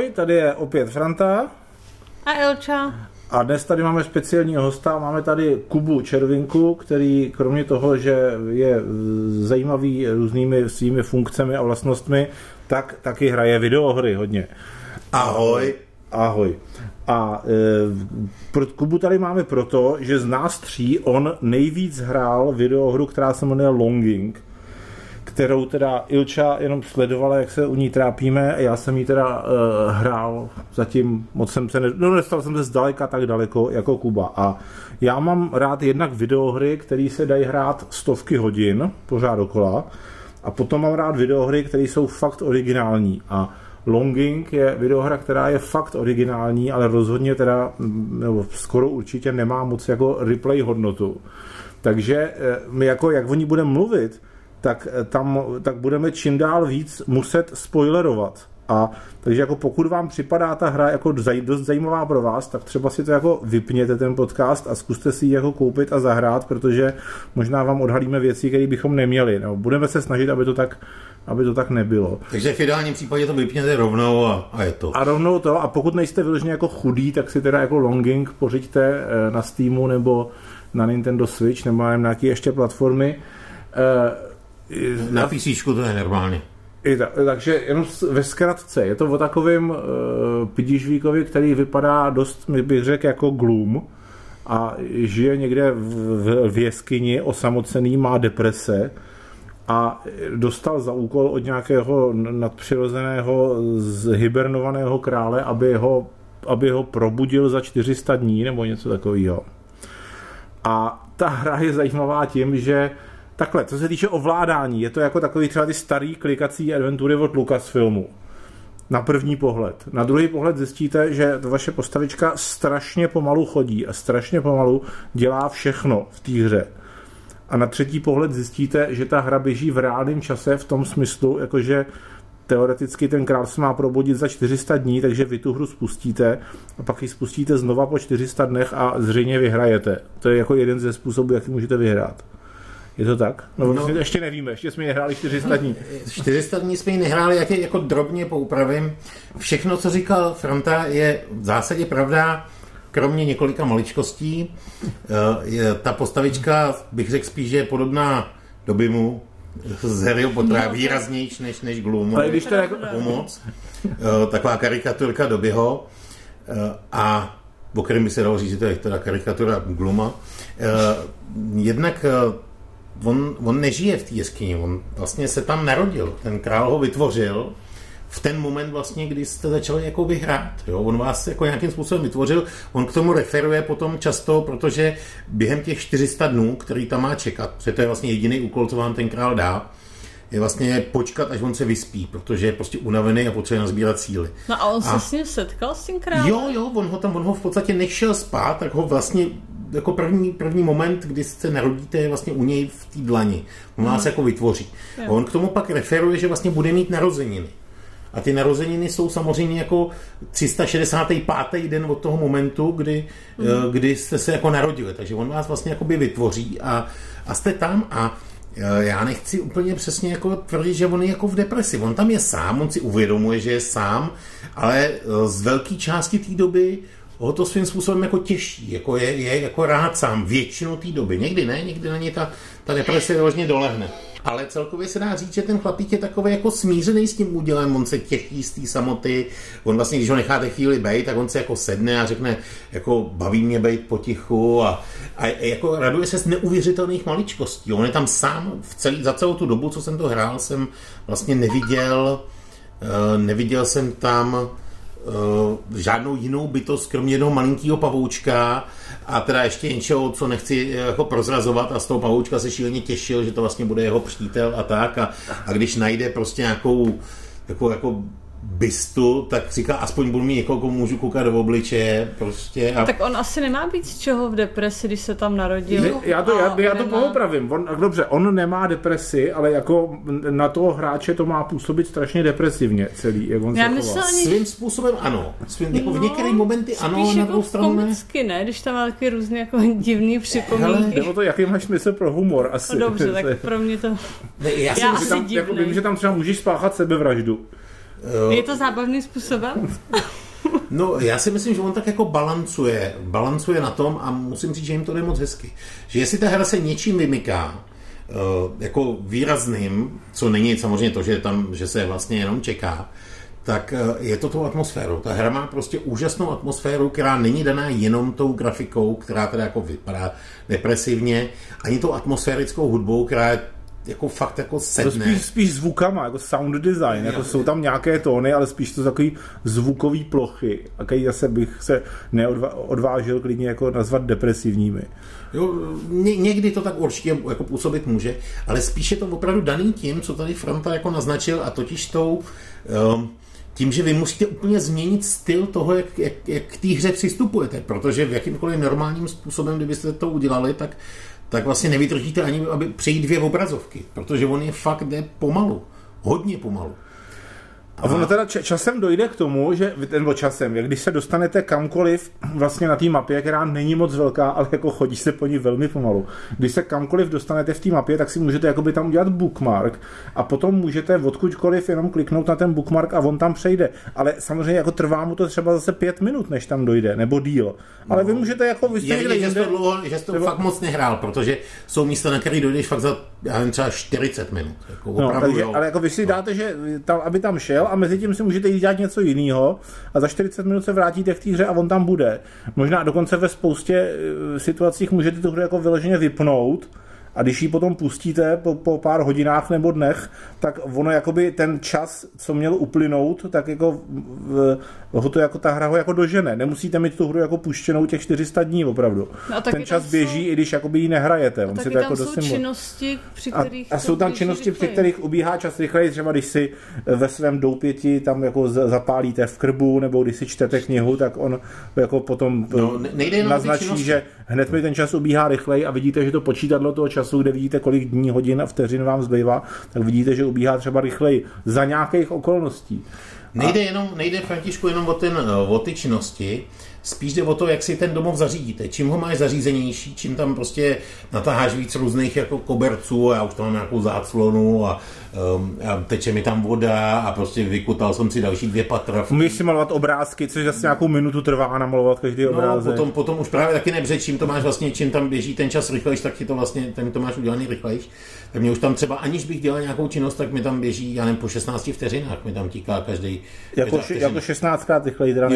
Ahoj, tady je opět Franta. A Ilča. A dnes tady máme speciálního hosta, máme tady Kubu Červinku, který kromě toho, že je zajímavý různými svými funkcemi a vlastnostmi, tak taky hraje videohry hodně. Ahoj. Ahoj. A Kubu tady máme proto, že z nás tří on nejvíc hrál videohru, která se jmenuje Longing, kterou teda Ilča jenom sledovala, jak se u ní trápíme, a já jsem ji teda hrál zatím, moc jsem se nedostal jsem se zdaleka tak daleko jako Kuba. A já mám rád jednak videohry, které se dají hrát stovky hodin, pořád dokola, a potom mám rád videohry, které jsou fakt originální. A Longing je videohra, která je fakt originální, ale rozhodně teda, nebo skoro určitě nemá moc jako replay hodnotu. Takže my jako, jak o ní budeme mluvit, tak budeme čím dál víc muset spoilerovat. A takže jako pokud vám připadá ta hra jako dost zajímavá pro vás, tak třeba si to jako vypněte ten podcast a zkuste si ji jako koupit a zahrát, protože možná vám odhalíme věci, které bychom neměli. No, budeme se snažit, aby to tak nebylo. Takže v ideálním případě to vypněte rovnou a je to. A rovnou to, a pokud nejste vyloženě jako chudý, tak si teda jako Longing pořiďte na Steamu nebo na Nintendo Switch nebo na nějaké ještě platformy. Na PCčku to je normálně. Takže jenom ve zkratce, je to o takovém pidižvíkovi, který vypadá dost, bych řekl, jako Gloom a žije někde v jeskyni, osamocený, má deprese a dostal za úkol od nějakého nadpřirozeného zhibernovaného krále, aby ho probudil za 400 dní nebo něco takového. A ta hra je zajímavá tím, že takhle, co se týče ovládání, je to jako takový třeba ty starý klikací adventury od Lucasfilmu. Na první pohled. Na druhý pohled zjistíte, že vaše postavička strašně pomalu chodí a strašně pomalu dělá všechno v té hře. A na třetí pohled zjistíte, že ta hra běží v reálném čase v tom smyslu, jakože teoreticky ten král se má probudit za 400 dní, takže vy tu hru spustíte a pak ji spustíte znova po 400 dnech a zřejmě vyhrajete. To je jako jeden ze způsobů, jak můžete vyhrát. Je to tak? No, ještě nevíme, ještě jsme ji nehráli 400 dní. 400 dní jsme ji nehráli, jak je jako drobně poupravím. Všechno, co říkal Franta, je v zásadě pravda, kromě několika maličkostí. Ta postavička, bych řekl spíš, že je podobná Dobimu z Harryho Pottera, výraznější než Gloom. Ale když to jako pomoc. Taková karikaturka Dobbyho. A o kterém by se dalo říct, že to je teda karikatura Glooma. Jednak on nežije v té jeskyni, on vlastně se tam narodil, ten král ho vytvořil v ten moment vlastně, kdy jste začali jako vyhrát. Jo? On vás jako nějakým způsobem vytvořil, on k tomu referuje potom často, protože během těch 400 dnů, který tam má čekat, protože to je vlastně jediný úkol, co vám ten král dá, je vlastně počkat, až on se vyspí, protože je prostě unavený a potřebuje nazbírat síly. No a on se s ním setkal s tím králem? Jo, on ho v podstatě nešel spát, tak ho vlastně jako první moment, kdy se narodíte, je vlastně u něj v té dlani. On vás jako vytvoří. A on k tomu pak referuje, že vlastně bude mít narozeniny. A ty narozeniny jsou samozřejmě jako 365. den od toho momentu, kdy jste se jako narodili. Takže on vás vlastně jakoby vytvoří a jste tam a já nechci úplně přesně jako tvrdit, že on je jako v depresi. On tam je sám, on si uvědomuje, že je sám, ale z velké části té doby ho to svým způsobem jako těší, jako je jako rád sám většinou té doby. Někdy ne, někdy na něj ta deprese vyloženě dolehne. Ale celkově se dá říct, že ten chlapík je takový jako smířený s tím údělem, on se těší z té samoty, on vlastně, když ho necháte chvíli bejt, tak on se jako sedne a řekne, jako baví mě bejt potichu a jako raduje se z neuvěřitelných maličkostí. On je tam sám za celou tu dobu, co jsem to hrál, jsem vlastně neviděl jsem tam žádnou jinou bytost, kromě jednoho malinkého pavoučka a teda ještě něčeho, co nechci jako prozrazovat, a z toho pavoučka se šíleně těšil, že to vlastně bude jeho přítel a tak a když najde prostě nějakou jako bystu, tak říká, aspoň budu mít někoho, komu můžu koukat do obličeje prostě. Tak on asi nemá být z čeho v depresi, když se tam narodil. Já to pohopravím. Dobře, on nemá depresi, ale jako na toho hráče to má působit strašně depresivně celý, jak on se chová. Svým způsobem ano. Jako v některé momenty ano, na druhou stranu ne. Komicky, ne? Když tam má taky různý jako divný připomínky. Jde o to, jaký máš smysl pro humor asi. No dobře, tak pro mě to... Vím, že tam třeba můžeš spáchat sebevraždu. Je to zábavným způsobem? No, já si myslím, že on tak jako balancuje na tom a musím říct, že jim to jde moc hezky. Že jestli ta hra se něčím vymyká, jako výrazným, co není samozřejmě to, že se vlastně jenom čeká, tak je to tou atmosférou. Ta hra má prostě úžasnou atmosféru, která není daná jenom tou grafikou, která teda jako vypadá depresivně, ani tou atmosférickou hudbou, která je jako fakt jako sedne. To spíš zvukama, jako sound design, jako jsou tam nějaké tóny, ale spíš to takový zvukový plochy, a který zase bych se neodvážil klidně jako nazvat depresivními. Jo, někdy to tak určitě jako působit může, ale spíš je to opravdu daný tím, co tady Franta jako naznačil, a totiž tím, že vy musíte úplně změnit styl toho, jak k té hře přistupujete, protože v jakýmkoliv normálním způsobem, kdybyste to udělali, tak vlastně nevydržíte ani, aby přejít 2 obrazovky, protože on je fakt jde pomalu, hodně pomalu. A ono teda časem dojde k tomu, že když se dostanete kamkoliv vlastně na té mapě, která není moc velká, ale jako chodí se po ní velmi pomalu. Když se kamkoliv dostanete v té mapě, tak si můžete jakoby tam udělat bookmark a potom můžete odkudkoliv jenom kliknout na ten bookmark a on tam přejde. Ale samozřejmě jako trvá mu to třeba zase 5 minut, než tam dojde, nebo díl. Ale vy můžete jako že jste to fakt moc nehrál, protože jsou místa, na které dojdeš fakt za třeba 40 minut. Jako opravdu, ale jako vy si dáte, že tam, aby tam šel, a mezi tím si můžete jít dělat něco jiného a za 40 minut se vrátíte k té hře a on tam bude. Možná dokonce ve spoustě situacích můžete tu hru jako vyloženě vypnout, a když ji potom pustíte po pár hodinách nebo dnech, tak ono jakoby ten čas, co měl uplynout, tak jako ho to jako ta hra ho jako dožene. Nemusíte mít tu hru jako puštěnou těch 400 dní opravdu. No, ten čas běží, i když jakoby ji nehrajete. On si to jako jsou činnosti, při kterých a jsou tam činnosti, při kterých ubíhá čas rychleji, třeba když si ve svém doupěti tam jako zapálíte v krbu, nebo když si čtete knihu, tak on jako potom naznačí, že hned mi ten čas ubíhá rychleji, a vidíte, že to počítadlo toho času, kde vidíte, kolik dní, hodin a vteřin vám zbývá, tak vidíte, že ubíhá třeba rychleji za nějakých okolností. Nejde Františku jenom o ty činnosti, spíš jde o to, jak si ten domov zařídíte. Čím ho máš zařízenější, čím tam prostě natáháš víc různých jako koberců, a já už tam mám nějakou záclonu a teče mi tam voda a prostě vykutal jsem si další 2 patra. Můžeš si malovat obrázky, což asi nějakou minutu trvá namalovat každý obrázek. Potom už právě taky nebře, čím to máš vlastně, čím tam běží ten čas rychlejš, tak ti to vlastně, ten to máš udělaný rychlejš. Tak mě už tam třeba, aniž bych dělal nějakou činnost, tak mi tam běží, já nevím, po 16 vteřinách mi tam tíká každý. Jako 16krát rychleji, teda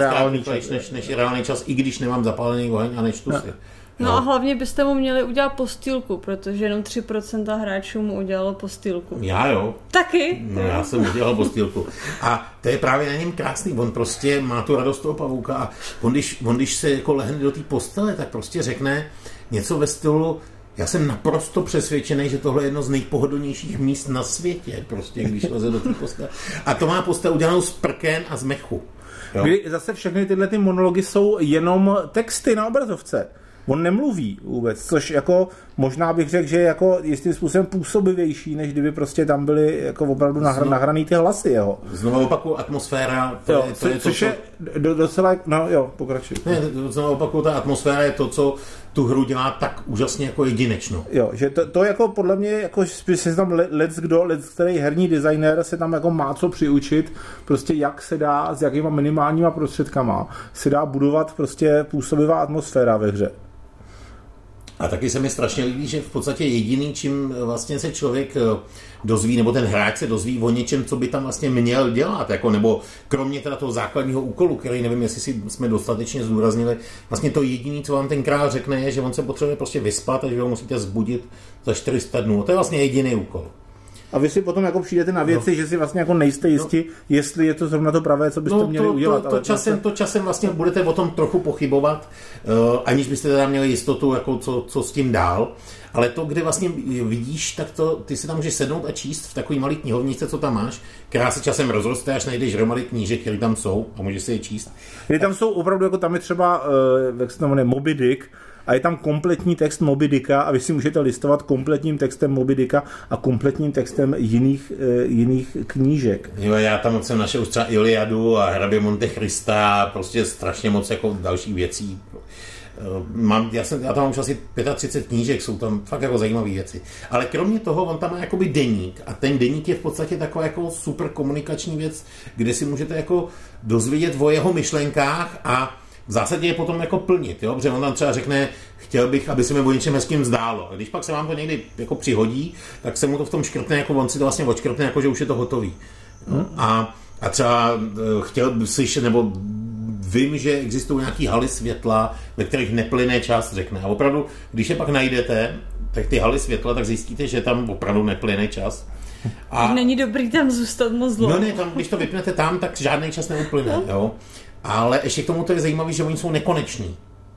než reálný čas, i když nemám zapálený oheň a nečtu si. No a hlavně byste mu měli udělat postýlku, protože jenom 3% hráčů mu udělalo postýlku. Já jo. Taky? No, já jsem udělal postýlku. A to je právě na něm krásný. On prostě má tu radost toho pavouka a on když se jako lehne do té postele, tak prostě řekne něco ve stylu: já jsem naprosto přesvědčený, že tohle je jedno z nejpohodlnějších míst na světě, prostě, když leze do té postele. A to má postel udělanou z prken a z mechu. Kdy zase všechny tyhle ty monology jsou jenom texty na obrazovce. On nemluví vůbec, což jako možná bych řekl, že je jako jistým způsobem působivější, než kdyby prostě tam byly jako opravdu nahraný ty hlasy jeho. Znovu opakuju, atmosféra, což je docela, no jo, pokračuj. Ne, znovu opakuju, ta atmosféra je to, co tu hru dělá tak úžasně jako jedinečnou. Jo, že to jako podle mě, jako se tam který herní designér se tam jako má co přiučit, prostě jak se dá, s jakýma minimálníma prostředkama se dá budovat prostě působivá atmosféra ve hře. A taky se mi strašně líbí, že v podstatě jediný, čím vlastně se člověk dozví, nebo ten hráč se dozví o něčem, co by tam vlastně měl dělat, jako, nebo kromě teda toho základního úkolu, který nevím, jestli jsme dostatečně zdůraznili, vlastně to jediný, co vám ten král řekne, je, že on se potřebuje prostě vyspat a že ho musíte zbudit za 400 dnů. To je vlastně jediný úkol. A vy si potom jako přijdete na věci, že si vlastně jako nejste jisti, jestli je to zrovna to pravé, co byste měli udělat. To časem vlastně budete o tom trochu pochybovat, aniž byste teda měli jistotu, jako co s tím dál. Ale to, kde vlastně vidíš, tak ty si tam můžeš sednout a číst v takový malý knihovničce, co tam máš, která se časem rozroste, až najdeš hromady knížek, které tam jsou a můžeš si je číst. Kdy tam jsou opravdu, jako tam je třeba, jak se to jmenuje, Moby Dick, a je tam kompletní text Moby Dicka a vy si můžete listovat kompletním textem Moby Dicka a kompletním textem jiných knížek. Jo, já tam jsem našel už třeba Iliadu a Hrabě Monte Christa a prostě strašně moc jako dalších věcí. Já tam mám už asi 35 knížek, jsou tam fakt jako zajímavé věci. Ale kromě toho, on tam má jakoby deník a ten deník je v podstatě taková jako super komunikační věc, kde si můžete jako dozvědět o jeho myšlenkách a v zásadě je potom jako plnit, jo? Protože on tam třeba řekne, chtěl bych, aby se mi o něčem hezkým zdálo. A když pak se vám to někdy jako přihodí, tak se mu to v tom škrtne, jako on si to vlastně odškrtne, jako že už je to hotový. A třeba chtěl slyšet, nebo vím, že existují nějaký haly světla, ve kterých neplyne čas, řekne. A opravdu, když je pak najdete, tak ty haly světla, tak zjistíte, že tam opravdu neplyne čas. A není dobrý tam zůstat moc dlouho. No ne, tam, když to vypnete tam, tak žádný čas neuplyne, jo. Ale ještě k tomu to je zajímavé, že oni jsou nekoneční.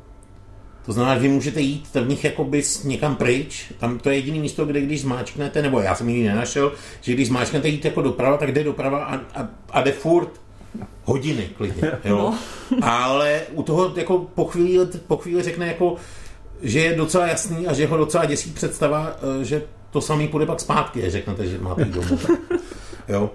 To znamená, že vy můžete jít v nich jakoby někam pryč, tam to je jediné místo, kde když zmáčknete, nebo já jsem ji nenašel, že když zmáčknete jít jako doprava, tak jde doprava a jde furt hodiny klidně, jo. No. Ale u toho jako po chvíli řekne jako, že je docela jasný a že ho docela děsí představa, že to samý půjde pak zpátky, řeknete, že máte jít domů. Jo.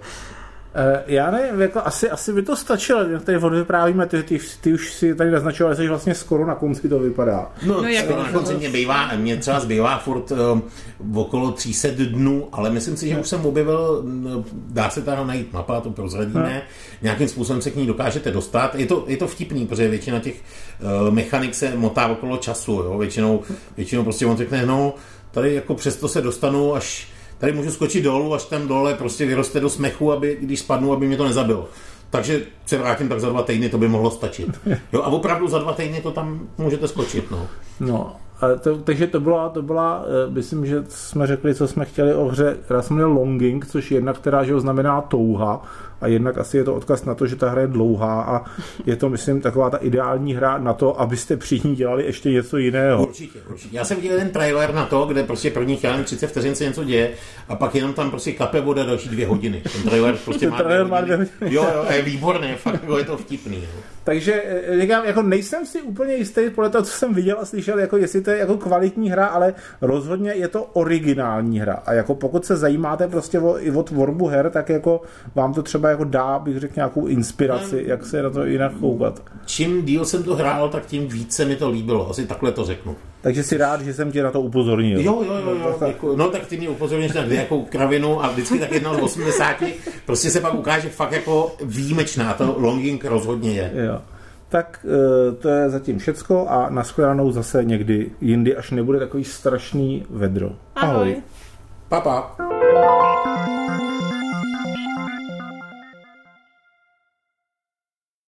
Já nevím, jako asi by to stačilo, jak tady odvyprávíme, ty už si tady naznačoval, že vlastně skoro na konci to vypadá. No skoro na konci mě třeba zbývá furt okolo 300 dnů, ale myslím si, že už jsem objevil, dá se tam najít mapa, to prozradíme, nějakým způsobem se k ní dokážete dostat. Je to vtipný, protože většina těch mechanik se motá okolo času, jo? Většinou prostě on řekne, no, tady jako přesto se dostanu až tady můžu skočit dolů, až tam dole prostě vyroste do smechu, aby, když spadnu, aby mě to nezabilo. Takže se vrátím tak za 2 týdny, to by mohlo stačit. Jo, a opravdu za 2 týdny to tam můžete skočit. No takže to byla, myslím, že jsme řekli, co jsme chtěli o hře, která se jmenuje Longing, což je jedna, která že znamená touha, a jednak asi je to odkaz na to, že ta hra je dlouhá a je to, myslím, taková ta ideální hra na to, abyste při ní dělali ještě něco jiného. Určitě. Já jsem viděl ten trailer na to, kde prostě prvních 30 vteřin se něco děje a pak jenom tam prostě kape voda další 2 hodiny. Ten trailer prostě má 2 hodiny. Jo, je výborný, fakt je to vtipný. Jo. Takže říkám, jako nejsem si úplně jistý podle toho, co jsem viděl a slyšel, jako jestli to je jako kvalitní hra, ale rozhodně je to originální hra. A jako pokud se zajímáte prostě o tvorbu her, tak jako vám to třeba jako dá, bych řekl, nějakou inspiraci, jak se na to jinak koukat. Čím díl jsem to hrál, tak tím více mi to líbilo. Asi takhle to řeknu. Takže si rád, že jsem tě na to upozornil. Jo. No tak ty mě upozorníš na nějakou kravinu a vždycky tak 1 z 80. Prostě se pak ukáže fakt jako výjimečná. To Longing rozhodně je. Jo. Tak to je zatím všecko a nashledanou zase někdy jindy, až nebude takový strašný vedro. Ahoj. Pa.